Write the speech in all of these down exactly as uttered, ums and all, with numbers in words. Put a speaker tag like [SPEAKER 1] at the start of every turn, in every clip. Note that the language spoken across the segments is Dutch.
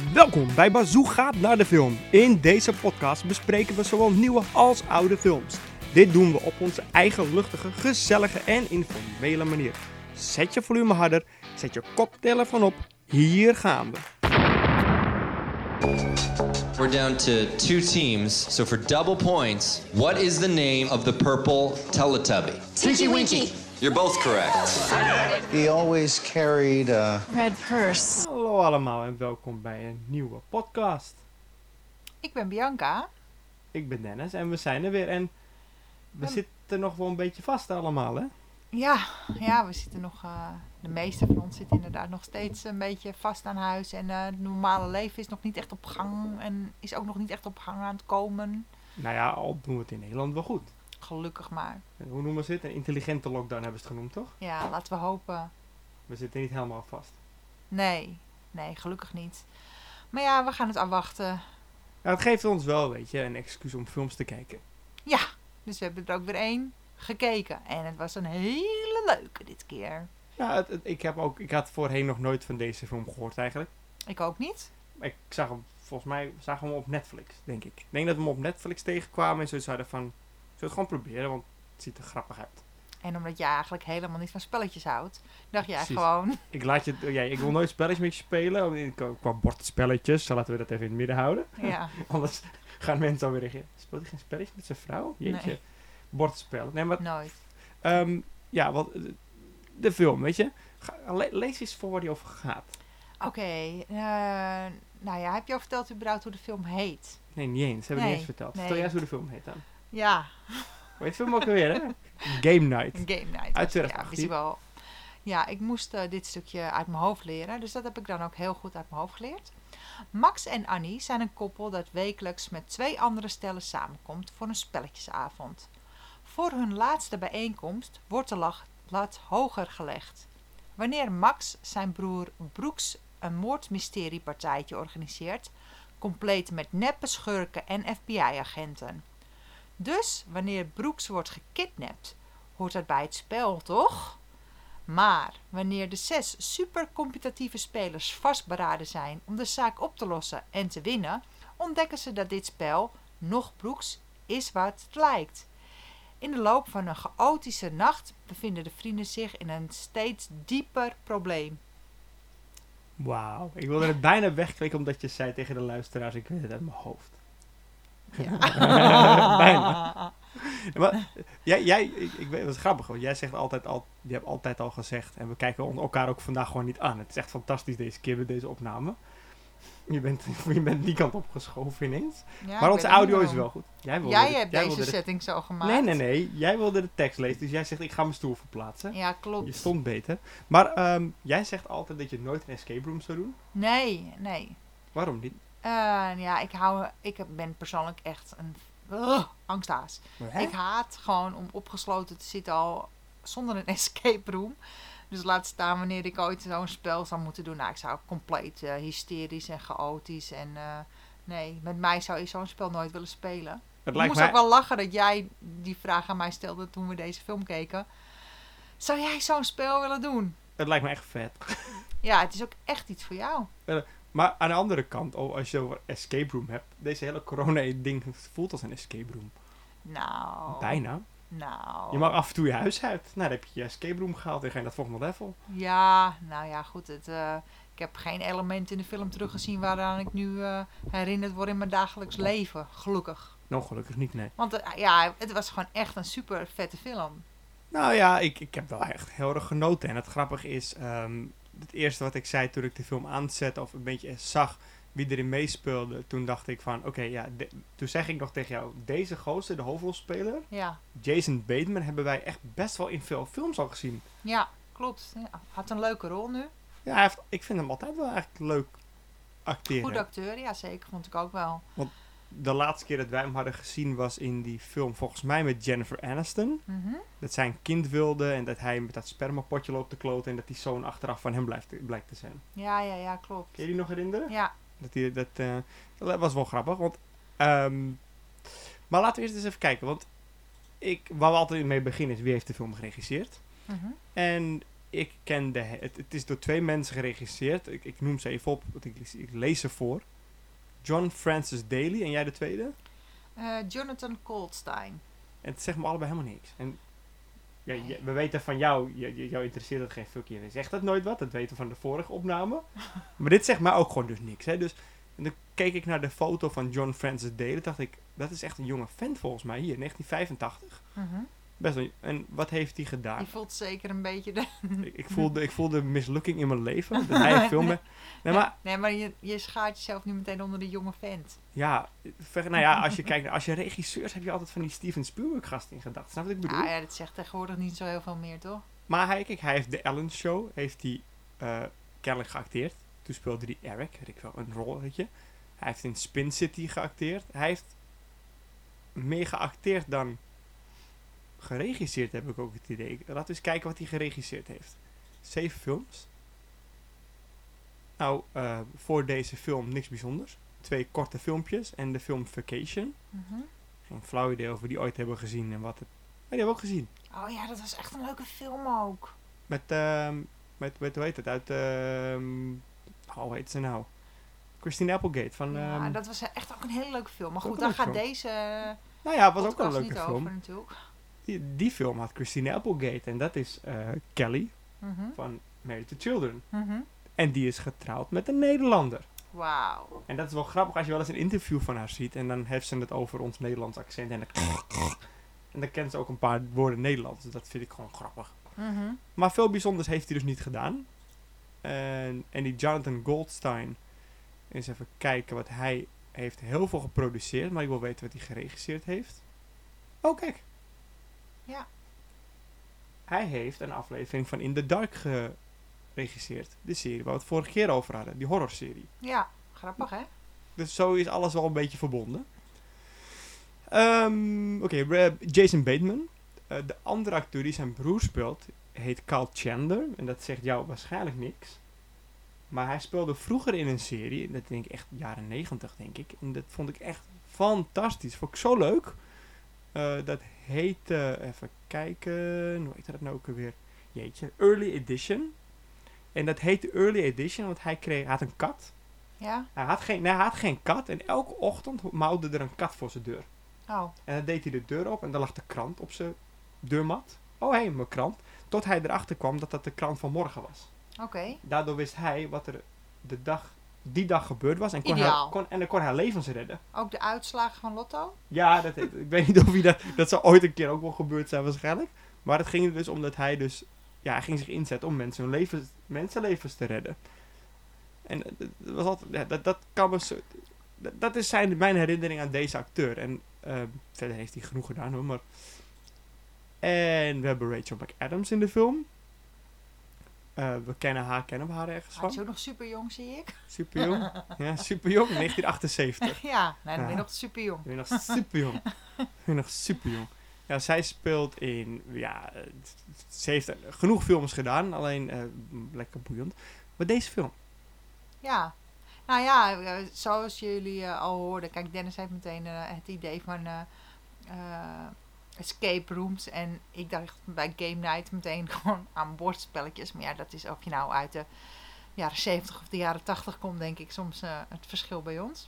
[SPEAKER 1] Welkom bij Bazoo gaat naar de film. In deze podcast bespreken we zowel nieuwe als oude films. Dit doen we op onze eigen luchtige, gezellige en informele manier. Zet je volume harder, zet je koptelefoon op. Hier gaan we.
[SPEAKER 2] We're down to two teams, so for double points, what is the name of the purple Teletubby?
[SPEAKER 3] Tinky Winky.
[SPEAKER 2] You're both correct.
[SPEAKER 4] He always carried a...
[SPEAKER 3] Red purse.
[SPEAKER 1] Hallo allemaal en welkom bij een nieuwe podcast.
[SPEAKER 5] Ik ben Bianca.
[SPEAKER 1] Ik ben Dennis en we zijn er weer en we
[SPEAKER 5] En-
[SPEAKER 1] zitten nog wel een beetje vast allemaal, hè?
[SPEAKER 5] Ja, ja, we zitten nog, uh, de meeste van ons zitten inderdaad nog steeds een beetje vast aan huis. En uh, het normale leven is nog niet echt op gang en is ook nog niet echt op gang aan het komen.
[SPEAKER 1] Nou ja, al doen we het in Nederland wel goed.
[SPEAKER 5] Gelukkig maar.
[SPEAKER 1] Hoe noemen ze het? Een intelligente lockdown hebben ze het genoemd, toch?
[SPEAKER 5] Ja, laten we hopen.
[SPEAKER 1] We zitten niet helemaal vast.
[SPEAKER 5] Nee, nee, gelukkig niet. Maar ja, we gaan het afwachten.
[SPEAKER 1] Nou, het geeft ons wel, weet je, een excuus om films te kijken.
[SPEAKER 5] Ja, dus we hebben er ook weer één gekeken. En het was een hele leuke dit keer.
[SPEAKER 1] Ja, het, het- ik, heb ook, ik had voorheen nog nooit van deze film gehoord eigenlijk.
[SPEAKER 5] Ik ook niet.
[SPEAKER 1] Ik zag hem, volgens mij zagen we hem op Netflix, denk ik. Ik denk dat we hem op Netflix tegenkwamen en zoiets hadden van, zullen we het gewoon proberen, want het ziet er grappig uit.
[SPEAKER 5] En omdat jij eigenlijk helemaal niet van spelletjes houdt, dacht jij
[SPEAKER 1] Precies.
[SPEAKER 5] gewoon...
[SPEAKER 1] Ik laat je, ja, ik wil nooit spelletjes met je spelen, qua- qua bordspelletjes, zo laten we dat even in het midden houden.
[SPEAKER 5] Ja,
[SPEAKER 1] Anders gaan mensen alweer reageren. Speelt hij geen spelletjes met zijn vrouw? Jeetje.
[SPEAKER 5] Nee.
[SPEAKER 1] Bordspellen. Nee, maar
[SPEAKER 5] nooit.
[SPEAKER 1] Ehm, ja, want eh, de film, weet je. Ga- le- lees eens voor waar die over gaat.
[SPEAKER 5] Oké, eh, nou ja, heb je al verteld überhaupt hoe de film heet?
[SPEAKER 1] Nee, niet eens. Hebben we
[SPEAKER 5] Nee,
[SPEAKER 1] niet eens verteld.
[SPEAKER 5] nee.
[SPEAKER 1] Vertel jij eens hoe de film heet dan.
[SPEAKER 5] Ja,
[SPEAKER 1] Hoe heet de film ook alweer, hè? Game Night.
[SPEAKER 5] een game night.
[SPEAKER 1] Uit
[SPEAKER 5] was het,
[SPEAKER 1] twintig
[SPEAKER 5] ja,
[SPEAKER 1] achttien.
[SPEAKER 5] wist je wel. Ja, ik moest eh, dit stukje uit mijn hoofd leren, dus dat heb ik dan ook heel goed uit mijn hoofd geleerd. Max en Annie zijn een koppel dat wekelijks met twee andere stellen samenkomt voor een spelletjesavond. Voor hun laatste bijeenkomst wordt de lag- lat hoger gelegd. Wanneer Max zijn broer Brooks een moordmysteriepartijtje organiseert, compleet met neppe schurken en F B I-agenten. Dus wanneer Brooks wordt gekidnapt, hoort dat bij het spel, toch? Maar wanneer de zes supercompetitieve spelers vastberaden zijn om de zaak op te lossen en te winnen, ontdekken ze dat dit spel, nog Brooks, is wat het lijkt. In de loop van een chaotische nacht bevinden de vrienden zich in een steeds dieper probleem.
[SPEAKER 1] Wauw. Ik wilde het bijna wegklikken omdat je zei tegen de luisteraars, ik weet het uit mijn hoofd. Bijna. Maar jij, jij ik, ik weet, dat is grappig hoor. Jij zegt altijd al, je hebt altijd al gezegd, en we kijken on- elkaar ook vandaag gewoon niet aan. Het is echt fantastisch deze keer met deze opname. Je bent, je bent die kant opgeschoven ineens.
[SPEAKER 5] Ja,
[SPEAKER 1] Maar
[SPEAKER 5] ik
[SPEAKER 1] onze
[SPEAKER 5] weet niet
[SPEAKER 1] audio is
[SPEAKER 5] waarom.
[SPEAKER 1] wel goed. Jij, wilde
[SPEAKER 5] Jij
[SPEAKER 1] de-
[SPEAKER 5] hebt
[SPEAKER 1] jij
[SPEAKER 5] deze
[SPEAKER 1] wilde de-
[SPEAKER 5] setting zo gemaakt.
[SPEAKER 1] Nee, nee, nee. Jij wilde de tekst lezen, dus jij zegt ik ga mijn stoel verplaatsen.
[SPEAKER 5] Ja, klopt.
[SPEAKER 1] Je stond beter. Maar ehm, jij zegt altijd dat je nooit een escape room zou doen.
[SPEAKER 5] Nee, nee.
[SPEAKER 1] Waarom niet?
[SPEAKER 5] Eh, ja, ik, hou, ik heb- ben persoonlijk echt een uh, angsthaas.
[SPEAKER 1] Hè?
[SPEAKER 5] Ik haat gewoon om opgesloten te zitten al zonder een escape room. Dus laat staan wanneer ik ooit zo'n spel zou moeten doen. Nou, ik zou compleet eh, hysterisch en chaotisch. En eh, nee, met mij zou je zo'n spel nooit willen spelen.
[SPEAKER 1] Het
[SPEAKER 5] Ik
[SPEAKER 1] lijkt
[SPEAKER 5] moest
[SPEAKER 1] mij...
[SPEAKER 5] ook wel lachen dat jij die vraag aan mij stelde toen we deze film keken. Zou jij zo'n spel willen doen?
[SPEAKER 1] Het lijkt me echt vet.
[SPEAKER 5] Ja, het is ook echt iets voor jou.
[SPEAKER 1] Maar aan de andere kant, oh, als je over escape room hebt, deze hele corona-ding voelt als een escape room.
[SPEAKER 5] Nou.
[SPEAKER 1] Bijna.
[SPEAKER 5] Nou.
[SPEAKER 1] Je mag af en toe je huis uit. Nou, dan heb je je escape room gehaald en ga je naar het volgende level.
[SPEAKER 5] Ja, nou ja, goed. Het, eh, ik heb geen element in de film teruggezien waaraan ik nu eh, herinnerd word in mijn dagelijks leven. Gelukkig.
[SPEAKER 1] Nou, gelukkig niet, nee.
[SPEAKER 5] Want eh, ja, het was gewoon echt een super vette film.
[SPEAKER 1] Nou ja, ik, ik heb wel echt heel erg genoten. En het grappige is, ehm, het eerste wat ik zei toen ik de film aanzette of een beetje zag wie erin meespeelde, toen dacht ik van, oké, ja, de- toen zeg ik nog tegen jou, deze gozer, de hoofdrolspeler,
[SPEAKER 5] Ja,
[SPEAKER 1] Jason Bateman, hebben wij echt best wel in veel films al gezien.
[SPEAKER 5] ja klopt. Ja, had een leuke rol nu.
[SPEAKER 1] Ja, hij heeft, ik vind hem altijd wel echt leuk acteren.
[SPEAKER 5] Goed acteur, ja zeker. Vond ik ook wel.
[SPEAKER 1] De laatste keer dat wij hem hadden gezien was in die film, volgens mij met Jennifer Aniston.
[SPEAKER 5] Mhm.
[SPEAKER 1] Dat zij een kind wilde en dat hij met dat spermapotje loopt te kloten en dat die zoon achteraf van hem blijft, blijkt te zijn.
[SPEAKER 5] Ja, ja, ja, klopt.
[SPEAKER 1] Kun je die nog herinneren?
[SPEAKER 5] Ja,
[SPEAKER 1] Dat, die, dat, eh, dat was wel grappig. Want, ehm, maar laten we eerst eens even kijken. Want ik, waar we altijd mee beginnen is wie heeft de film geregisseerd.
[SPEAKER 5] mhm.
[SPEAKER 1] En ik ken de... Het, het is door twee mensen geregisseerd. Ik, ik noem ze even op, want ik, ik lees ze voor. John Francis Daly en jij de tweede?
[SPEAKER 5] Uh, Jonathan Goldstein.
[SPEAKER 1] En het zegt me allebei helemaal niks. En ja, je, we weten van jou, je, je, jou interesseert het geen fuck. Je zegt dat nooit wat, dat weten we van de vorige opname. Maar dit zegt mij ook gewoon dus niks. Hè? Dus en dan keek ik naar de foto van John Francis Daly. Dacht ik, dat is echt een jonge vent volgens mij. Hier, negentien vijfentachtig.
[SPEAKER 5] Mm-hmm.
[SPEAKER 1] Best wel. En wat heeft hij gedaan?
[SPEAKER 5] Je voelt zeker een beetje de...
[SPEAKER 1] ik, ik, voelde, ik voelde mislukking in mijn leven. Dat hij een film met... Nee, maar,
[SPEAKER 5] nee, maar je, je schaart jezelf niet meteen onder de jonge vent.
[SPEAKER 1] Ja, ver, nou ja, als je kijkt, als je regisseurs heb je altijd van die Steven Spielberg gasten in gedachten. Snap wat ik bedoel?
[SPEAKER 5] Ah, ja, dat zegt tegenwoordig niet zo heel veel meer, toch?
[SPEAKER 1] Maar hij, kijk, hij heeft de Ellen Show, heeft hij uh, kennelijk geacteerd. Toen speelde hij Eric, weet ik wel, een rolletje. Hij heeft in Spin City geacteerd. Hij heeft meer geacteerd dan geregisseerd, heb ik ook het idee. Laten we eens kijken wat hij geregisseerd heeft. Zeven films. Nou, uh, voor deze film niks bijzonders. Twee korte filmpjes en de film Vacation.
[SPEAKER 5] Mm-hmm.
[SPEAKER 1] Geen flauw idee of we die ooit hebben gezien en wat het... Maar die hebben we ook gezien.
[SPEAKER 5] Oh ja, dat was echt een leuke film ook.
[SPEAKER 1] Met, uh, met, met hoe heet het, uit... Uh, oh, hoe heet ze nou? Christine Applegate van...
[SPEAKER 5] Ja,
[SPEAKER 1] um,
[SPEAKER 5] dat was echt ook een hele leuke film. Maar
[SPEAKER 1] ook
[SPEAKER 5] goed,
[SPEAKER 1] een
[SPEAKER 5] daar gaat
[SPEAKER 1] film.
[SPEAKER 5] deze...
[SPEAKER 1] Nou ja, het was ook wel een
[SPEAKER 5] podcast
[SPEAKER 1] leuke
[SPEAKER 5] niet
[SPEAKER 1] film.
[SPEAKER 5] over natuurlijk.
[SPEAKER 1] Die, die film had Christine Applegate en dat is uh, Kelly
[SPEAKER 5] Mm-hmm.
[SPEAKER 1] van Married to Children.
[SPEAKER 5] Mm-hmm.
[SPEAKER 1] En die is getrouwd met een Nederlander.
[SPEAKER 5] Wauw.
[SPEAKER 1] En dat is wel grappig als je wel eens een interview van haar ziet. En dan heeft ze het over ons Nederlands accent. En dan, en dan kent ze ook een paar woorden Nederlands. Dus dat vind ik gewoon grappig.
[SPEAKER 5] Mm-hmm.
[SPEAKER 1] Maar veel bijzonders heeft hij dus niet gedaan. En, en die Jonathan Goldstein. Eens even kijken wat hij heeft heel veel geproduceerd. Maar ik wil weten wat hij geregisseerd heeft. Oh, kijk.
[SPEAKER 5] Ja.
[SPEAKER 1] Hij heeft een aflevering van In the Dark geregisseerd. De serie waar we het vorige keer over hadden. Die horrorserie.
[SPEAKER 5] Ja, grappig hè?
[SPEAKER 1] Dus zo is alles wel een beetje verbonden. Um, Oké, okay, Jason Bateman. Uh, de andere acteur die zijn broer speelt, heet Kyle Chandler. En dat zegt jou waarschijnlijk niks. Maar hij speelde vroeger in een serie. Dat denk ik echt jaren negentig, denk ik. En dat vond ik echt fantastisch. Vond ik zo leuk. Uh, dat heette, even kijken, hoe heet dat nou ook alweer? Jeetje, Early Edition. En dat heette Early Edition, want hij, kreeg, hij had een kat.
[SPEAKER 5] Ja?
[SPEAKER 1] Hij had, geen, nee, hij had geen kat en elke ochtend mouwde er een kat voor zijn deur.
[SPEAKER 5] Oh.
[SPEAKER 1] En dan deed hij de deur op en dan lag de krant op zijn deurmat. Oh hé, hey, mijn krant. Tot hij erachter kwam dat dat de krant van morgen was.
[SPEAKER 5] Oké. Okay.
[SPEAKER 1] Daardoor wist hij wat er de dag, die dag gebeurd was. En kon
[SPEAKER 5] Ideaal.
[SPEAKER 1] hij, kon, en dan kon hij levens redden.
[SPEAKER 5] Ook de uitslagen van Lotto?
[SPEAKER 1] Ja, dat, ik weet niet of hij dat... Dat zou ooit een keer ook wel gebeurd zijn waarschijnlijk. Maar het ging er dus om dat hij dus... Ja, hij ging zich inzetten om mensen hun levens, mensenlevens te redden. En dat was altijd... Ja, dat, dat kan me zo... Dat, dat is zijn, mijn herinnering aan deze acteur. En uh, verder heeft hij genoeg gedaan hoor, maar... En we hebben Rachel McAdams in de film. Uh, we kennen haar, kennen we haar ergens van?
[SPEAKER 5] Hij is ook nog super jong, zie ik.
[SPEAKER 1] Super jong. Ja, super jong. negentien achtenzeventig.
[SPEAKER 5] Ja, nee, dan ben je
[SPEAKER 1] Ja.
[SPEAKER 5] nog super jong.
[SPEAKER 1] Ben je nog super jong. Ben je nog super jong. Ja, zij speelt in... Ja, uh, ze heeft genoeg films gedaan. Alleen uh, lekker boeiend. Maar deze film.
[SPEAKER 5] Ja. Nou ja, uh, zoals jullie uh, al hoorden. Kijk, Dennis heeft meteen uh, het idee van... Uh, uh, escape rooms. En ik dacht bij Game Night meteen gewoon aan bordspelletjes. Maar ja, dat is of je nou uit de jaren zeventig of de jaren tachtig komt, denk ik soms uh, het verschil bij ons.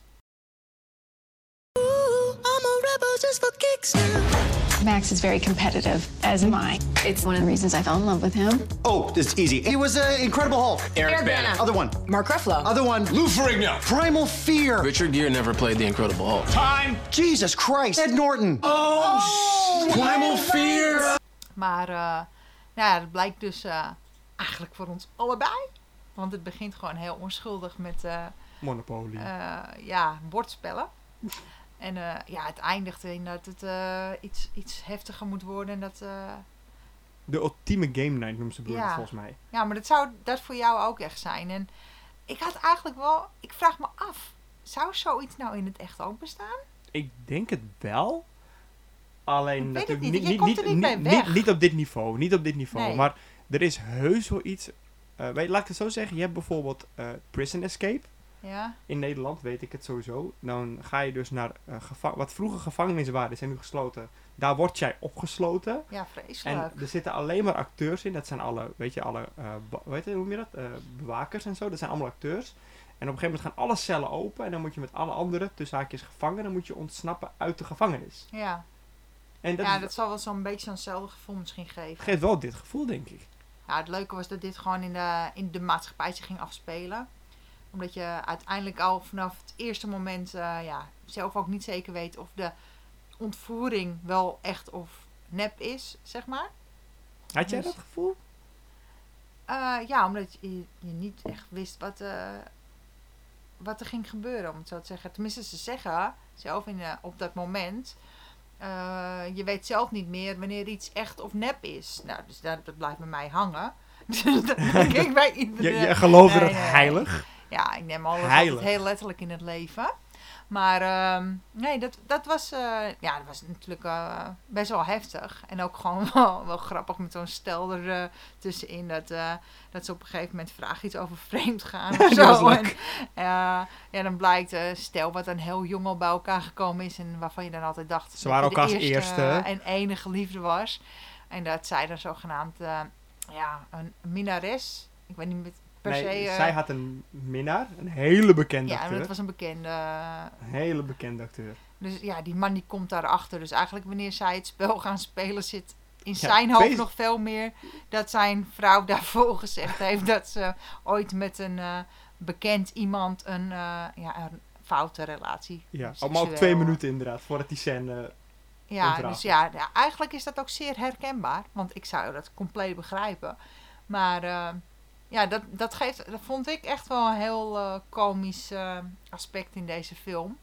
[SPEAKER 6] I'm a rebel just for kicks now.
[SPEAKER 3] Max is very competitive, as am I. It's one of the reasons I fell in love with him.
[SPEAKER 4] Oh, this is easy. He was uh, Incredible Hulk.
[SPEAKER 3] Eric Bana.
[SPEAKER 4] Other one.
[SPEAKER 3] Mark Ruffalo.
[SPEAKER 4] Other one.
[SPEAKER 7] Lou Ferrigno.
[SPEAKER 4] Primal Fear.
[SPEAKER 7] Richard Gere never played the Incredible Hulk. Time.
[SPEAKER 4] Jesus Christ. Ed Norton.
[SPEAKER 7] Oh, oh Primal Fear.
[SPEAKER 5] Maar uh, nou ja, dat blijkt dus uh, eigenlijk voor ons allebei. Want het begint gewoon heel onschuldig met uh,
[SPEAKER 1] Monopoly.
[SPEAKER 5] uh, ja, bordspellen. En uh, ja, het eindigt in dat het uh, iets, iets heftiger moet worden. En dat, uh,
[SPEAKER 1] De ultieme game night noemen ze broer
[SPEAKER 5] Ja.
[SPEAKER 1] volgens mij.
[SPEAKER 5] ja, maar dat zou dat voor jou ook echt zijn. En ik had eigenlijk wel... Ik vraag me af. Zou zoiets nou in het echt ook bestaan?
[SPEAKER 1] Ik denk het wel. Alleen
[SPEAKER 5] Ik weet het
[SPEAKER 1] natuurlijk
[SPEAKER 5] niet, je komt er niet bij weg.
[SPEAKER 1] Niet, niet op dit niveau. Niet op dit niveau.
[SPEAKER 5] Nee.
[SPEAKER 1] Maar er is heus wel iets... Uh, weet, laat ik het zo zeggen. Je hebt bijvoorbeeld uh, Prison Escape.
[SPEAKER 5] Ja.
[SPEAKER 1] In Nederland weet ik het sowieso. Dan ga je dus naar uh, geva- wat vroeger gevangenissen waren, die zijn nu gesloten. Daar word jij opgesloten.
[SPEAKER 5] Ja, vreselijk.
[SPEAKER 1] En er zitten alleen maar acteurs in. Dat zijn alle, weet je, alle, uh, be- weet je, hoe noem je dat? Uh, bewakers en zo. Dat zijn allemaal acteurs. En op een gegeven moment gaan alle cellen open. En dan moet je met alle andere, tussen haakjes gevangenen, moet je ontsnappen uit de gevangenis.
[SPEAKER 5] Ja,
[SPEAKER 1] En dat,
[SPEAKER 5] ja
[SPEAKER 1] is-
[SPEAKER 5] dat zal wel zo'n beetje zo'nzelfde gevoel misschien geven.
[SPEAKER 1] geeft wel dit gevoel, denk ik.
[SPEAKER 5] Ja, het leuke was dat dit gewoon in de, in de maatschappij zich ging afspelen. Omdat je uiteindelijk al vanaf het eerste moment uh, ja, zelf ook niet zeker weet of de ontvoering wel echt of nep is, zeg maar.
[SPEAKER 1] Had jij
[SPEAKER 5] Dus-
[SPEAKER 1] dat gevoel?
[SPEAKER 5] Uh, ja, omdat je, je niet echt wist wat, uh, wat er ging gebeuren, om het zo te zeggen. Tenminste, ze zeggen zelf in, uh, op dat moment... Uh, je weet zelf niet meer wanneer iets echt of nep is. Nou, dus dat, dat blijft bij mij hangen. Dus dat denk ik bij iedereen.
[SPEAKER 1] Je, je geloofde
[SPEAKER 5] Nee,
[SPEAKER 1] dat
[SPEAKER 5] nee, nee.
[SPEAKER 1] heilig?
[SPEAKER 5] Ja, ik neem alles
[SPEAKER 1] Heilig.
[SPEAKER 5] altijd heel letterlijk in het leven. Maar um, nee, dat, dat was, uh, ja, dat was natuurlijk uh, best wel heftig. En ook gewoon wel, wel grappig met zo'n stel er uh, tussenin. Dat, uh, dat ze op een gegeven moment vragen iets over vreemd gaan of
[SPEAKER 1] Die was
[SPEAKER 5] zo. En,
[SPEAKER 1] leuk.
[SPEAKER 5] uh, ja, dan blijkt uh, stel wat een heel jong al bij elkaar gekomen is. En waarvan je dan altijd dacht
[SPEAKER 1] Ze
[SPEAKER 5] dat
[SPEAKER 1] waren
[SPEAKER 5] je de
[SPEAKER 1] elkaars
[SPEAKER 5] eerste,
[SPEAKER 1] eerste.
[SPEAKER 5] uh, en enige liefde was. En dat zij dan zogenaamd uh, ja, een minnares. Ik weet niet met per
[SPEAKER 1] Nee,
[SPEAKER 5] se... Uh,
[SPEAKER 1] zij had een minnaar, een hele bekende
[SPEAKER 5] ja,
[SPEAKER 1] acteur.
[SPEAKER 5] dat was een bekende...
[SPEAKER 1] Een hele bekende acteur.
[SPEAKER 5] Dus ja, die man die komt daarachter. Dus eigenlijk wanneer zij het spel gaan spelen, zit in
[SPEAKER 1] Ja,
[SPEAKER 5] zijn hoofd
[SPEAKER 1] wees-
[SPEAKER 5] nog veel meer dat zijn vrouw daarvoor gezegd heeft dat ze ooit met een uh, bekend iemand een, uh, ja, een foute relatie.
[SPEAKER 1] Ja,
[SPEAKER 5] seksueel,
[SPEAKER 1] maar ook twee minuten inderdaad, voordat die scène...
[SPEAKER 5] Ja,
[SPEAKER 1] ontrafelt.
[SPEAKER 5] dus ja, ja, eigenlijk is dat ook zeer herkenbaar. Want ik zou dat compleet begrijpen. Maar uh, ja, dat, dat, geeft, dat vond ik echt wel een heel uh, komisch uh, aspect in deze film.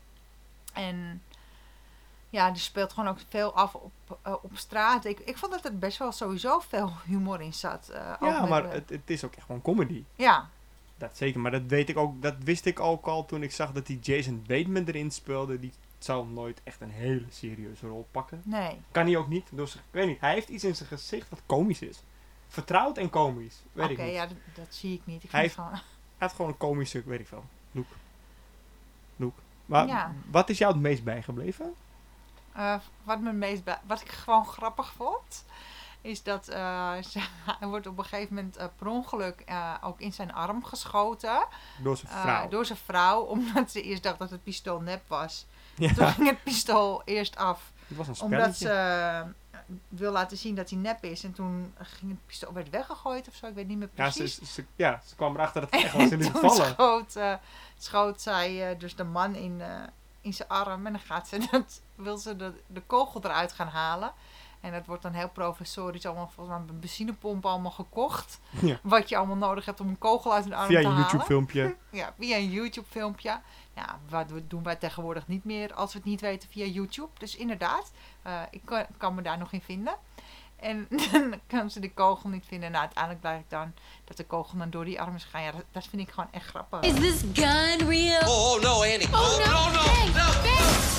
[SPEAKER 5] En ja, er speelt gewoon ook veel af op, uh, op straat. Ik, ik vond dat er best wel sowieso veel humor in zat. Uh, ook
[SPEAKER 1] Ja,
[SPEAKER 5] met,
[SPEAKER 1] maar
[SPEAKER 5] uh,
[SPEAKER 1] het, het is ook echt gewoon comedy.
[SPEAKER 5] ja,
[SPEAKER 1] Dat zeker, maar dat weet ik ook, dat wist ik ook al toen ik zag dat die Jason Bateman erin speelde. Die zal nooit echt een hele serieuze rol pakken.
[SPEAKER 5] nee.
[SPEAKER 1] Kan hij ook niet. Dus, ik weet niet, hij heeft iets in zijn gezicht wat komisch is. Vertrouwd en komisch, weet
[SPEAKER 5] Oké,
[SPEAKER 1] ik niet.
[SPEAKER 5] ja, dat, dat zie ik niet. Ik
[SPEAKER 1] Hij
[SPEAKER 5] vind
[SPEAKER 1] heeft-
[SPEAKER 5] gewoon...
[SPEAKER 1] Hij had gewoon een komische, weet ik veel, look. Look. Maar
[SPEAKER 5] Ja.
[SPEAKER 1] wat is jou het meest bijgebleven?
[SPEAKER 5] Uh, wat me meest bij- wat ik gewoon grappig vond, is dat uh, ze, hij wordt op een gegeven moment uh, per ongeluk uh, ook in zijn arm geschoten
[SPEAKER 1] Door zijn
[SPEAKER 5] uh,
[SPEAKER 1] vrouw.
[SPEAKER 5] door zijn vrouw, omdat ze eerst dacht dat het pistool nep was.
[SPEAKER 1] Ja,
[SPEAKER 5] Toen ging het pistool eerst af,
[SPEAKER 1] het was een
[SPEAKER 5] omdat
[SPEAKER 1] spelletje.
[SPEAKER 5] ze uh, wil laten zien dat hij nep is. En toen ging het pistool werd weggegooid of zo, ik weet niet meer
[SPEAKER 1] Ja,
[SPEAKER 5] precies.
[SPEAKER 1] ze, ze, ja, ze kwam erachter dat het echt was in
[SPEAKER 5] En
[SPEAKER 1] liet
[SPEAKER 5] toen
[SPEAKER 1] vallen.
[SPEAKER 5] schoot, uh, schoot zij uh, dus de man in, uh, in zijn arm. En dan gaat ze dat, wil ze de, de kogel eruit gaan halen. En dat wordt dan heel professorisch allemaal volgens mij met een benzinepomp allemaal gekocht.
[SPEAKER 1] Ja.
[SPEAKER 5] Wat je allemaal nodig hebt om een kogel uit een arm
[SPEAKER 1] Via
[SPEAKER 5] te
[SPEAKER 1] een
[SPEAKER 5] halen.
[SPEAKER 1] YouTube filmpje.
[SPEAKER 5] Ja, via een YouTube filmpje. Ja, wat doen wij tegenwoordig niet meer als we het niet weten via YouTube. Dus inderdaad, uh, ik kan, kan me daar nog in vinden. En dan kan ze de kogel niet vinden. Nou, uiteindelijk blijkt dan dat de kogel dan door die arm is gegaan. Ja, dat, dat vind ik gewoon echt grappig.
[SPEAKER 6] Is this gun real?
[SPEAKER 7] Oh, oh no, Annie.
[SPEAKER 6] Oh, no, no, no.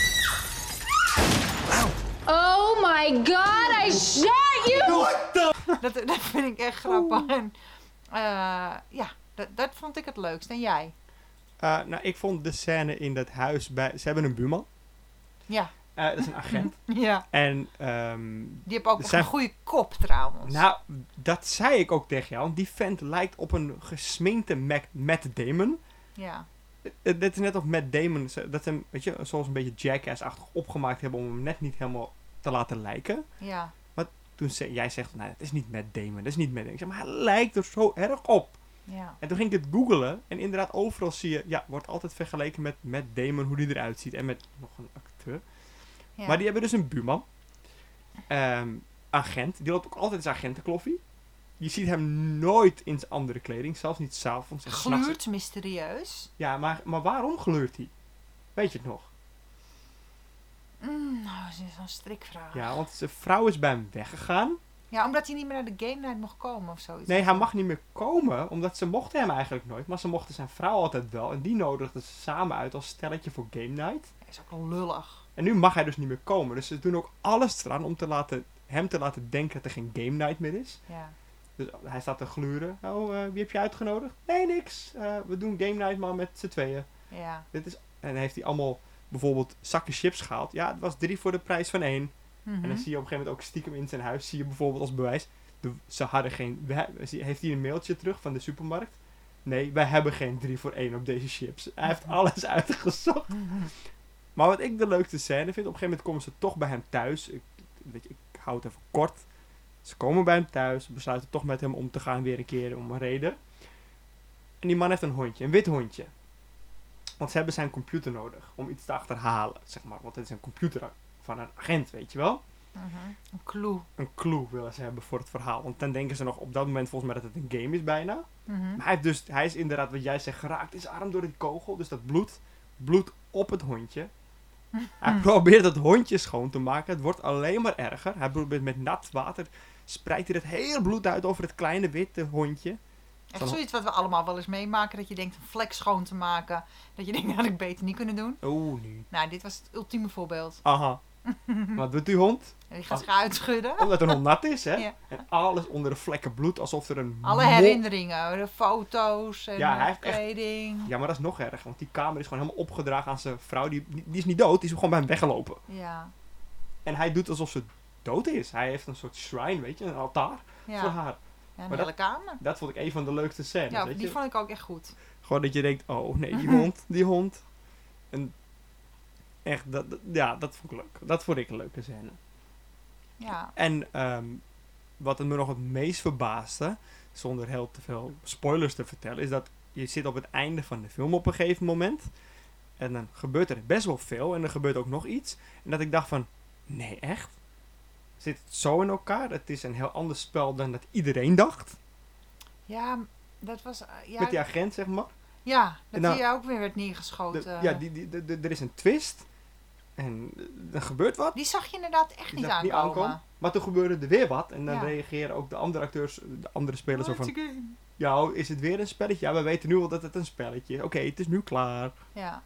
[SPEAKER 6] Oh my god, I shot you!
[SPEAKER 5] Dat, dat vind ik echt grappig. En, uh, ja, dat, dat vond ik het leukst. En jij?
[SPEAKER 1] Uh, nou, ik vond de scène in dat huis bij... Ze hebben een buurman.
[SPEAKER 5] Ja,
[SPEAKER 1] Uh, dat is een agent.
[SPEAKER 5] ja.
[SPEAKER 1] En, ehm
[SPEAKER 5] Die heeft ook
[SPEAKER 1] Er
[SPEAKER 5] nog
[SPEAKER 1] zijn-
[SPEAKER 5] een goede kop trouwens.
[SPEAKER 1] nou, dat zei ik ook tegen jou. Want die vent lijkt op een gesminkte Mac- Matt Damon.
[SPEAKER 5] Ja,
[SPEAKER 1] Het is net of Matt Damon, ze- dat ze hem, weet je, zoals een beetje Jackass-achtig opgemaakt hebben om hem net niet helemaal te laten lijken.
[SPEAKER 5] ja.
[SPEAKER 1] Toen zei, jij zegt, nou, dat is niet Matt Damon, dat is niet Matt Damon. Ik zeg, maar hij lijkt er zo erg op.
[SPEAKER 5] Ja,
[SPEAKER 1] En toen ging ik het googlen en inderdaad overal zie je, ja, wordt altijd vergeleken met Matt Damon, hoe die eruit ziet. En met nog een acteur.
[SPEAKER 5] ja.
[SPEAKER 1] Maar die hebben dus een buurman. Ehm, agent. Die loopt ook altijd in zijn agentenkloffie. Je ziet hem nooit in zijn andere kleding. Zelfs niet s'avonds. en 's nachts.
[SPEAKER 5] gluurt mysterieus.
[SPEAKER 1] Ja, maar, maar waarom gluurt hij? Weet je het nog?
[SPEAKER 5] Mm, nou, dat is zo'n strikvraag.
[SPEAKER 1] Ja, want zijn vrouw is bij hem weggegaan.
[SPEAKER 5] Ja, omdat hij niet meer naar de game night mocht komen of zoiets.
[SPEAKER 1] Nee, hij mag niet meer komen. Omdat ze mochten hem eigenlijk nooit. Maar ze mochten zijn vrouw altijd wel. En die nodigden ze samen uit als stelletje voor game night.
[SPEAKER 5] Dat is ook wel lullig.
[SPEAKER 1] En nu mag hij dus niet meer komen. Dus ze doen ook alles eraan om te laten, hem te laten denken dat er geen game night meer is.
[SPEAKER 5] Ja.
[SPEAKER 1] Dus hij staat te gluren. Oh, uh, wie heb je uitgenodigd? Nee, niks. Uh, we doen game night maar met z'n tweeën.
[SPEAKER 5] Ja.
[SPEAKER 1] Dit is, en heeft hij allemaal bijvoorbeeld zakken chips gehaald. Ja, het was drie voor de prijs van één.
[SPEAKER 5] Mm-hmm.
[SPEAKER 1] En dan zie je op een gegeven moment ook stiekem in zijn huis, zie je bijvoorbeeld als bewijs, de, ze hadden geen, we, heeft hij een mailtje terug van de supermarkt? Nee, wij hebben geen drie voor één op deze chips. Hij heeft alles uitgezocht.
[SPEAKER 5] Mm-hmm.
[SPEAKER 1] Maar wat ik de leukste scène vind, op een gegeven moment komen ze toch bij hem thuis. Ik, weet je, ik hou het even kort. Ze komen bij hem thuis, besluiten toch met hem om te gaan weer een keer om een reden. En die man heeft een hondje, een wit hondje. Want ze hebben zijn computer nodig om iets te achterhalen, zeg maar. Want het is een computer van een agent, weet je wel.
[SPEAKER 5] Mm-hmm. Een clue.
[SPEAKER 1] Een clue willen ze hebben voor het verhaal. Want dan denken ze nog op dat moment volgens mij dat het een game is bijna.
[SPEAKER 5] Mm-hmm.
[SPEAKER 1] Maar hij, heeft dus, hij is inderdaad, wat jij zegt, geraakt in zijn arm door die kogel. Dus dat bloed, bloed op het hondje. Hij probeert het hondje schoon te maken. Het wordt alleen maar erger. Hij probeert met nat water, spreidt hij het hele bloed uit over het kleine witte hondje.
[SPEAKER 5] Echt zoiets wat we allemaal wel eens meemaken. Dat je denkt een vlek schoon te maken. Dat je denkt, dat had ik beter niet kunnen doen.
[SPEAKER 1] Oh, nee.
[SPEAKER 5] Nou, dit was het ultieme voorbeeld.
[SPEAKER 1] Aha. Wat doet die hond?
[SPEAKER 5] En die gaat zich uitschudden.
[SPEAKER 1] Omdat een hond nat is, hè?
[SPEAKER 5] Ja.
[SPEAKER 1] En alles onder de vlekken bloed, alsof er een...
[SPEAKER 5] Alle
[SPEAKER 1] mol-
[SPEAKER 5] herinneringen, de foto's en
[SPEAKER 1] Ja, hij
[SPEAKER 5] de
[SPEAKER 1] heeft echt-
[SPEAKER 5] kleding.
[SPEAKER 1] Ja, maar dat is nog erg. Want die kamer is gewoon helemaal opgedragen aan zijn vrouw. Die, die is niet dood, die is gewoon bij hem weggelopen.
[SPEAKER 5] Ja,
[SPEAKER 1] En hij doet alsof ze dood is. Hij heeft een soort shrine, weet je, een altaar voor
[SPEAKER 5] ja.
[SPEAKER 1] haar.
[SPEAKER 5] ja een
[SPEAKER 1] Maar
[SPEAKER 5] hele kamer.
[SPEAKER 1] Dat vond ik een van de leukste scènes,
[SPEAKER 5] Ja,
[SPEAKER 1] weet
[SPEAKER 5] die
[SPEAKER 1] je.
[SPEAKER 5] vond ik ook echt goed.
[SPEAKER 1] Gewoon dat je denkt, oh nee, die hond, die hond. En echt, dat, dat- ja, dat vond ik leuk. Dat vond ik een leuke scène.
[SPEAKER 5] Ja,
[SPEAKER 1] En ehm, wat het me nog het meest verbaasde, zonder heel te veel spoilers te vertellen, is dat je zit op het einde van de film op een gegeven moment. En dan gebeurt er best wel veel en er gebeurt ook nog iets. En dat ik dacht van, nee echt? Zit het zo in elkaar? Het is een heel ander spel dan dat iedereen dacht.
[SPEAKER 5] ja dat was... uh, ja,
[SPEAKER 1] Met die agent, zeg maar.
[SPEAKER 5] ja,
[SPEAKER 1] En
[SPEAKER 5] dat
[SPEAKER 1] nou-
[SPEAKER 5] die ook weer werd neergeschoten.
[SPEAKER 1] De- ja, die, die, de- de- er is een twist. En eh, er gebeurt wat.
[SPEAKER 5] Die zag je inderdaad echt
[SPEAKER 1] Die
[SPEAKER 5] niet
[SPEAKER 1] zag ik
[SPEAKER 5] aankomen.
[SPEAKER 1] Maar toen gebeurde er weer wat. En dan
[SPEAKER 5] Ja.
[SPEAKER 1] reageren ook de andere acteurs, de andere spelers zo
[SPEAKER 5] Oh,
[SPEAKER 1] van...
[SPEAKER 5] it's a game.
[SPEAKER 1] Ja, oh, is het weer een spelletje? Ja, we weten nu al dat het een spelletje is. Oké, het is nu klaar.
[SPEAKER 5] Ja.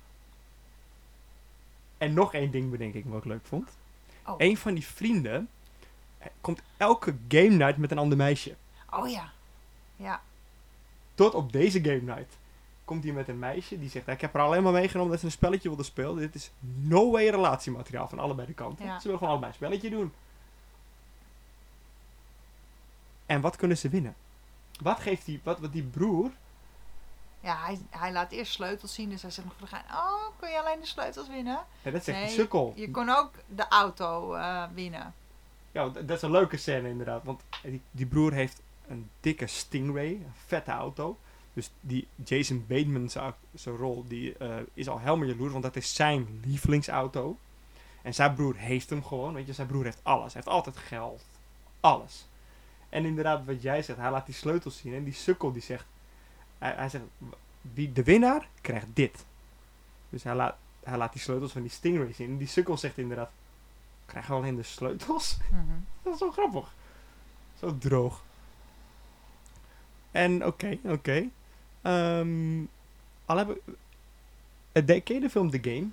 [SPEAKER 1] En nog één ding bedenk ik wat ik leuk vond.
[SPEAKER 5] Oh.
[SPEAKER 1] Een van die vrienden eh, komt elke game night met een ander meisje.
[SPEAKER 5] Oh ja. Ja.
[SPEAKER 1] Tot op deze game night komt hij met een meisje die zegt... Ik heb haar alleen maar meegenomen dat ze een spelletje wilde spelen. Dit is no way relatiemateriaal van allebei de kanten.
[SPEAKER 5] Ja.
[SPEAKER 1] Ze willen gewoon allebei een spelletje doen. En wat kunnen ze winnen? Wat geeft die, wat, wat die broer...
[SPEAKER 5] Ja, hij, hij laat eerst sleutels zien. Dus hij zegt nog voor de gein, oh, kun je alleen de sleutels winnen?
[SPEAKER 1] Ja, dat zegt
[SPEAKER 5] Nee,
[SPEAKER 1] die sukkel.
[SPEAKER 5] je kon ook de auto eh, winnen.
[SPEAKER 1] Ja, d- dat is een leuke scène inderdaad. Want die, die broer heeft een dikke Stingray, een vette auto. Dus die Jason Bateman zijn zijn rol, die eh, is al helemaal jaloers, want dat is zijn lievelingsauto. En zijn broer heeft hem gewoon, weet je, zijn broer heeft alles. Hij heeft altijd geld. Alles. En inderdaad, wat jij zegt, hij laat die sleutels zien en die sukkel die zegt, hij, hij zegt, wie de winnaar krijgt dit. Dus hij laat, hij laat die sleutels van die Stingray zien en die sukkel zegt inderdaad, krijgen we alleen de sleutels?
[SPEAKER 5] Mhm.
[SPEAKER 1] Dat is zo grappig. Zo droog. En oké, oké. Ehm, al hebben... Uh, de, ken je de film The Game?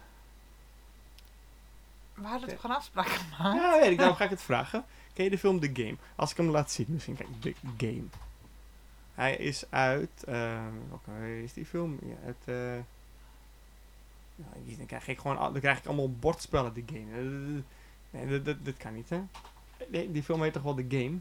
[SPEAKER 5] We hadden toch een afspraak gemaakt?
[SPEAKER 1] Ja, weet ik. Daarom ga ik het vragen. Ken je de film The Game? Als ik hem laat zien, misschien kijk The Game. Hij is uit... Uh, welke is die film? Ja, uit... Uh, nou, dan krijg ik gewoon... al- Dan krijg ik allemaal bordspellen, The Game. Uh, nee, dat, dat, dat kan niet, hè? Nee, die film heet toch wel The Game?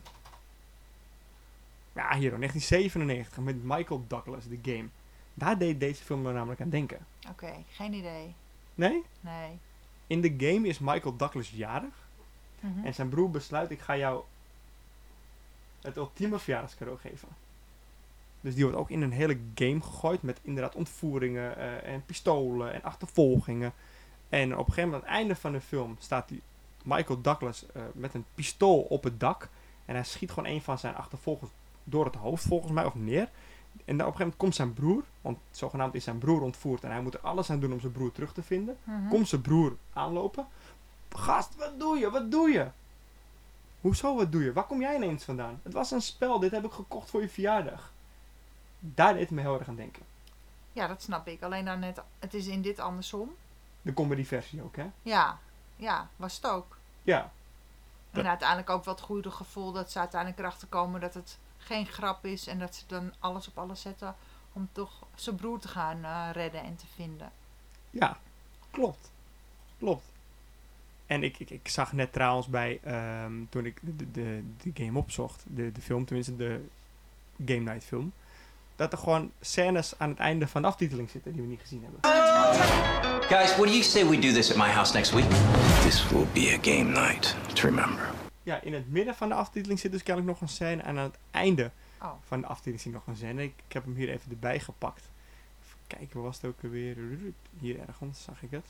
[SPEAKER 1] Ja, hier hoor, negentien zevenennegentig met Michael Douglas, The Game. Daar deed deze film me namelijk aan denken.
[SPEAKER 5] Oké, geen idee.
[SPEAKER 1] Nee?
[SPEAKER 5] Nee.
[SPEAKER 1] In The Game is Michael Douglas jarig.
[SPEAKER 5] Mhm.
[SPEAKER 1] En zijn broer besluit, ik ga jou het ultieme verjaardagscadeau geven. Dus die wordt ook in een hele game gegooid met inderdaad ontvoeringen eh, en pistolen en achtervolgingen. En op een gegeven moment aan het einde van de film staat die Michael Douglas eh, met een pistool op het dak. En hij schiet gewoon een van zijn achtervolgers door het hoofd volgens mij of neer. En dan op een gegeven moment komt zijn broer, want zogenaamd is zijn broer ontvoerd en hij moet er alles aan doen om zijn broer terug te vinden.
[SPEAKER 5] Mhm.
[SPEAKER 1] Komt zijn broer aanlopen. Gast, wat doe je? Wat doe je? Hoezo, wat doe je? Waar kom jij ineens vandaan? Het was een spel, dit heb ik gekocht voor je verjaardag. Daar deed het me heel erg aan denken.
[SPEAKER 5] Ja, dat snap ik. Alleen dan net, het is in dit andersom.
[SPEAKER 1] De comedy versie ook, hè?
[SPEAKER 5] Ja, ja, was het ook.
[SPEAKER 1] Ja.
[SPEAKER 5] En uiteindelijk ook wel het goede gevoel dat ze uiteindelijk erachter komen dat het geen grap is. En dat ze dan alles op alles zetten om toch zijn broer te gaan uh, redden en te vinden.
[SPEAKER 1] Ja, klopt. Klopt. En ik, ik, ik zag net trouwens bij, um, toen ik de, de, de game opzocht, de, de film, tenminste de Game Night film, dat er gewoon scènes aan het einde van de aftiteling zitten die we niet gezien hebben.
[SPEAKER 8] Guys, what do you say we do this at my house next week? This will be a game night to remember.
[SPEAKER 1] Ja, in het midden van de aftiteling zit dus kennelijk nog een scène en aan het einde
[SPEAKER 5] oh.
[SPEAKER 1] van de aftiteling zit nog een scène. Ik, ik heb hem hier even erbij gepakt. Even kijken, waar was het ook alweer? Hier ergens zag ik het.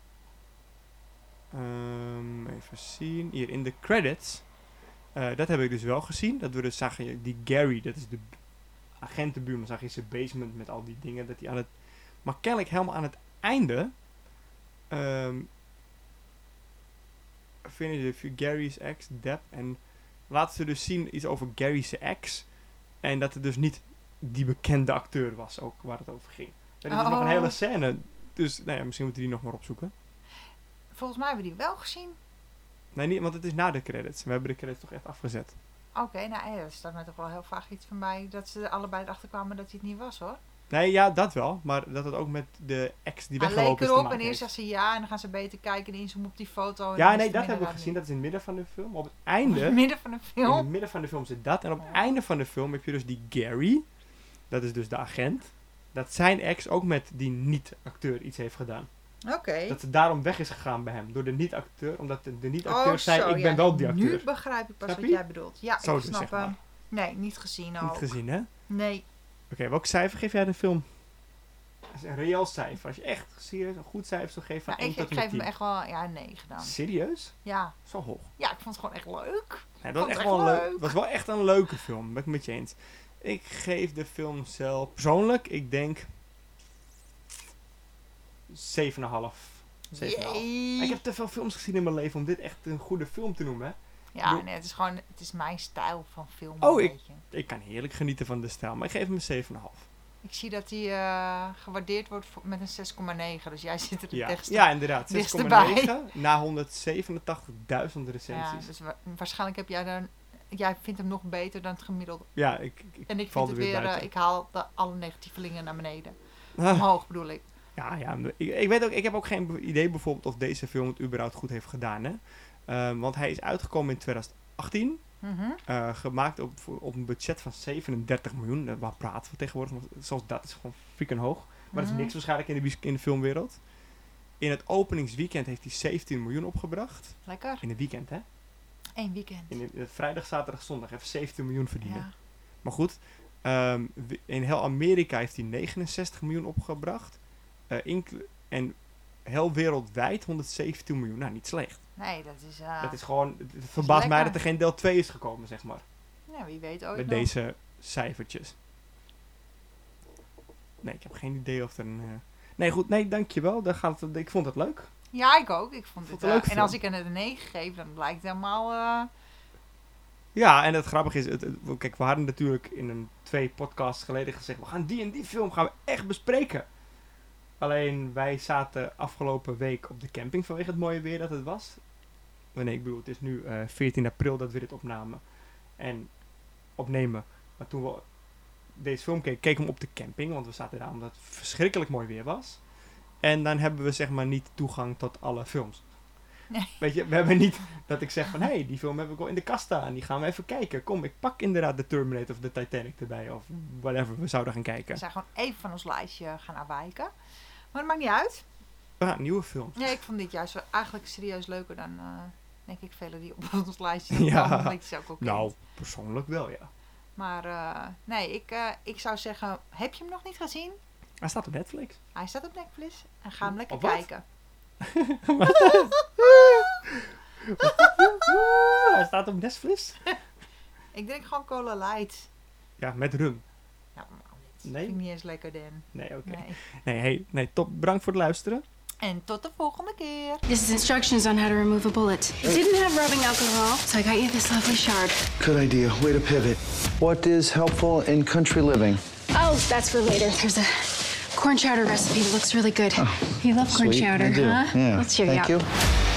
[SPEAKER 1] Um, even zien. Hier in de credits. Uh, dat heb ik dus wel gezien. Dat we dus zagen, die Gary, dat is de agentenbuurman, zag je zijn basement met al die dingen. Dat hij aan het, maar kennelijk helemaal aan het einde um, vinden ze Gary's ex, Deb. En laten ze dus zien iets over Gary's ex. En dat het dus niet die bekende acteur was, ook waar het over ging. Er is oh. dus nog een hele scène. Dus nou ja, misschien moeten we die nog maar opzoeken.
[SPEAKER 5] Volgens mij hebben we die wel gezien.
[SPEAKER 1] Nee, niet, want het is na de credits. We hebben de credits toch echt afgezet.
[SPEAKER 5] Oké, okay, nou ja, er staat mij toch wel heel vaak iets van bij dat ze er allebei erachter kwamen dat hij het niet was, hoor.
[SPEAKER 1] Nee, ja, dat wel. Maar dat het ook met de ex die
[SPEAKER 5] hij
[SPEAKER 1] weggelopen is te maken
[SPEAKER 5] en eerst zegt ze ja en dan gaan ze beter kijken en inzoomen op die foto. En
[SPEAKER 1] ja, nee, dat hebben we gezien. Niet. Dat is in het midden van de film. Op het einde...
[SPEAKER 5] Op het midden van de film?
[SPEAKER 1] In het midden van de film zit dat. En op het ja. einde van de film heb je dus die Gary. Dat is dus de agent. Dat zijn ex ook met die niet-acteur iets heeft gedaan.
[SPEAKER 5] Oké. Okay.
[SPEAKER 1] Dat ze daarom weg is gegaan bij hem. Door de niet-acteur. Omdat de, de niet-acteur oh, zei,
[SPEAKER 5] zo,
[SPEAKER 1] ik
[SPEAKER 5] ja,
[SPEAKER 1] ben wel die acteur.
[SPEAKER 5] Nu begrijp ik pas snap wat jij bedoelt. Ja,
[SPEAKER 1] zo
[SPEAKER 5] ik
[SPEAKER 1] dus,
[SPEAKER 5] snap
[SPEAKER 1] zeg
[SPEAKER 5] hem. Nee, niet gezien ook.
[SPEAKER 1] Niet gezien, hè?
[SPEAKER 5] Nee.
[SPEAKER 1] Oké, okay, welk cijfer geef jij de film? Dat is een reëel cijfer. Als je echt serieus een goed cijfer zou geven van
[SPEAKER 5] ja,
[SPEAKER 1] één
[SPEAKER 5] ik,
[SPEAKER 1] tot
[SPEAKER 5] ik
[SPEAKER 1] met
[SPEAKER 5] geef
[SPEAKER 1] tien.
[SPEAKER 5] hem echt wel ja, een negen dan.
[SPEAKER 1] Serieus?
[SPEAKER 5] Ja.
[SPEAKER 1] Zo hoog.
[SPEAKER 5] Ja, ik vond het gewoon echt leuk.
[SPEAKER 1] Nee, dat was echt, echt wel leuk. Het was wel echt een leuke film. Ben ik met je eens. Ik geef de film zelf persoonlijk, ik denk zeven komma vijf. zeven komma vijf. Ik heb te veel films gezien in mijn leven om dit echt een goede film te noemen. Hè?
[SPEAKER 5] Ja, nee, het is gewoon, het is mijn stijl van film.
[SPEAKER 1] Oh, ik, ik kan heerlijk genieten van de stijl, maar ik geef hem een zeven komma vijf.
[SPEAKER 5] Ik zie dat hij uh, gewaardeerd wordt voor, met een zes komma negen, dus jij zit er
[SPEAKER 1] ja.
[SPEAKER 5] dichtst
[SPEAKER 1] Ja, inderdaad, zes komma negen na honderdzevenentachtigduizend recensies.
[SPEAKER 5] Ja, dus wa- waarschijnlijk heb jij dan, jij vindt hem nog beter dan het gemiddelde.
[SPEAKER 1] Ja, ik, ik
[SPEAKER 5] En ik
[SPEAKER 1] val
[SPEAKER 5] vind het
[SPEAKER 1] weer,
[SPEAKER 5] weer, uh, ik haal de, alle negatievelingen naar beneden. Ah. Omhoog bedoel ik.
[SPEAKER 1] Ja, ja ik, ik weet ook, ik heb ook geen idee bijvoorbeeld of deze film het überhaupt goed heeft gedaan, hè. Um, want hij is uitgekomen in twintig achttien.
[SPEAKER 5] Mm-hmm.
[SPEAKER 1] Uh, gemaakt op, op een budget van zevenendertig miljoen. Uh, waar praten we tegenwoordig? Zoals dat is gewoon freaking hoog. Maar mm-hmm. dat is niks waarschijnlijk in de, in de filmwereld. In het openingsweekend heeft hij zeventien miljoen opgebracht.
[SPEAKER 5] Lekker.
[SPEAKER 1] In het weekend, hè?
[SPEAKER 5] Eén weekend.
[SPEAKER 1] In het, het vrijdag, zaterdag, zondag heeft zeventien miljoen verdienen.
[SPEAKER 5] Ja.
[SPEAKER 1] Maar goed, um, in heel Amerika heeft hij negenenzestig miljoen opgebracht. Uh, inclu- en heel wereldwijd honderdzeventien miljoen. Nou, niet slecht.
[SPEAKER 5] Nee, dat is... Uh,
[SPEAKER 1] dat is gewoon... Het verbaast mij dat er geen deel twee is gekomen, zeg maar.
[SPEAKER 5] Ja, wie weet ooit
[SPEAKER 1] Met
[SPEAKER 5] nog.
[SPEAKER 1] deze cijfertjes. Nee, ik heb geen idee of er een... Uh... Nee, goed. Nee, dankjewel. Daar gaat het, ik vond het leuk.
[SPEAKER 5] Ja, ik ook. Ik vond, vond het, het leuk. Uh, en als ik er een negen geef, dan blijkt het helemaal... Uh...
[SPEAKER 1] Ja, en het grappige is... Het, het, kijk, we hadden natuurlijk in een twee podcasts geleden gezegd... We gaan die en die film gaan we echt bespreken. Alleen, wij zaten afgelopen week op de camping vanwege het mooie weer dat het was. Nee, ik bedoel, het is nu uh, veertien april dat we dit opnamen. En opnemen. Maar toen we deze film keken, keken we hem op de camping. Want we zaten daar omdat het verschrikkelijk mooi weer was. En dan hebben we zeg maar niet toegang tot alle films.
[SPEAKER 5] Nee.
[SPEAKER 1] Weet je, we hebben niet dat ik zeg van... Hé, hey, die film heb ik wel in de kast staan. Die gaan we even kijken. Kom, ik pak inderdaad de Terminator of de Titanic erbij. Of whatever, we zouden gaan kijken.
[SPEAKER 5] We zijn gewoon even van ons lijstje gaan afwijken. Maar dat maakt niet uit.
[SPEAKER 1] Ja, nieuwe films.
[SPEAKER 5] Nee, ik vond dit juist wel eigenlijk serieus leuker dan... Uh, denk ik, velen die op ons lijstje
[SPEAKER 1] ja.
[SPEAKER 5] komen. Ja, ook
[SPEAKER 1] nou, persoonlijk wel, ja.
[SPEAKER 5] Maar uh, nee, ik, uh, ik zou zeggen... Heb je hem nog niet gezien?
[SPEAKER 1] Hij staat op Netflix.
[SPEAKER 5] Hij staat op Netflix. En ga hem lekker
[SPEAKER 1] op wat?
[SPEAKER 5] kijken.
[SPEAKER 1] Hij staat op Netflix?
[SPEAKER 5] Ik denk gewoon Cola Light.
[SPEAKER 1] Ja, met rum.
[SPEAKER 5] Ja, maar niet.
[SPEAKER 1] Nee?
[SPEAKER 5] Vind ik niet eens lekker, Dan.
[SPEAKER 1] Nee, oké. Okay.
[SPEAKER 5] Nee.
[SPEAKER 1] Nee, hey, nee, top. Bedankt voor het luisteren.
[SPEAKER 5] En tot de volgende keer.
[SPEAKER 6] This is instructions on how to remove a bullet. It didn't have rubbing alcohol, so I got you this lovely shard.
[SPEAKER 4] Good idea. Way to pivot. What is helpful in country living?
[SPEAKER 6] Oh, that's for later. There's a corn chowder recipe that looks really good. Oh, you love corn
[SPEAKER 4] sweet.
[SPEAKER 6] chowder,
[SPEAKER 4] I do.
[SPEAKER 6] huh?
[SPEAKER 4] Yeah.
[SPEAKER 6] Let's cheer
[SPEAKER 4] Thank
[SPEAKER 6] you
[SPEAKER 4] you.
[SPEAKER 6] out.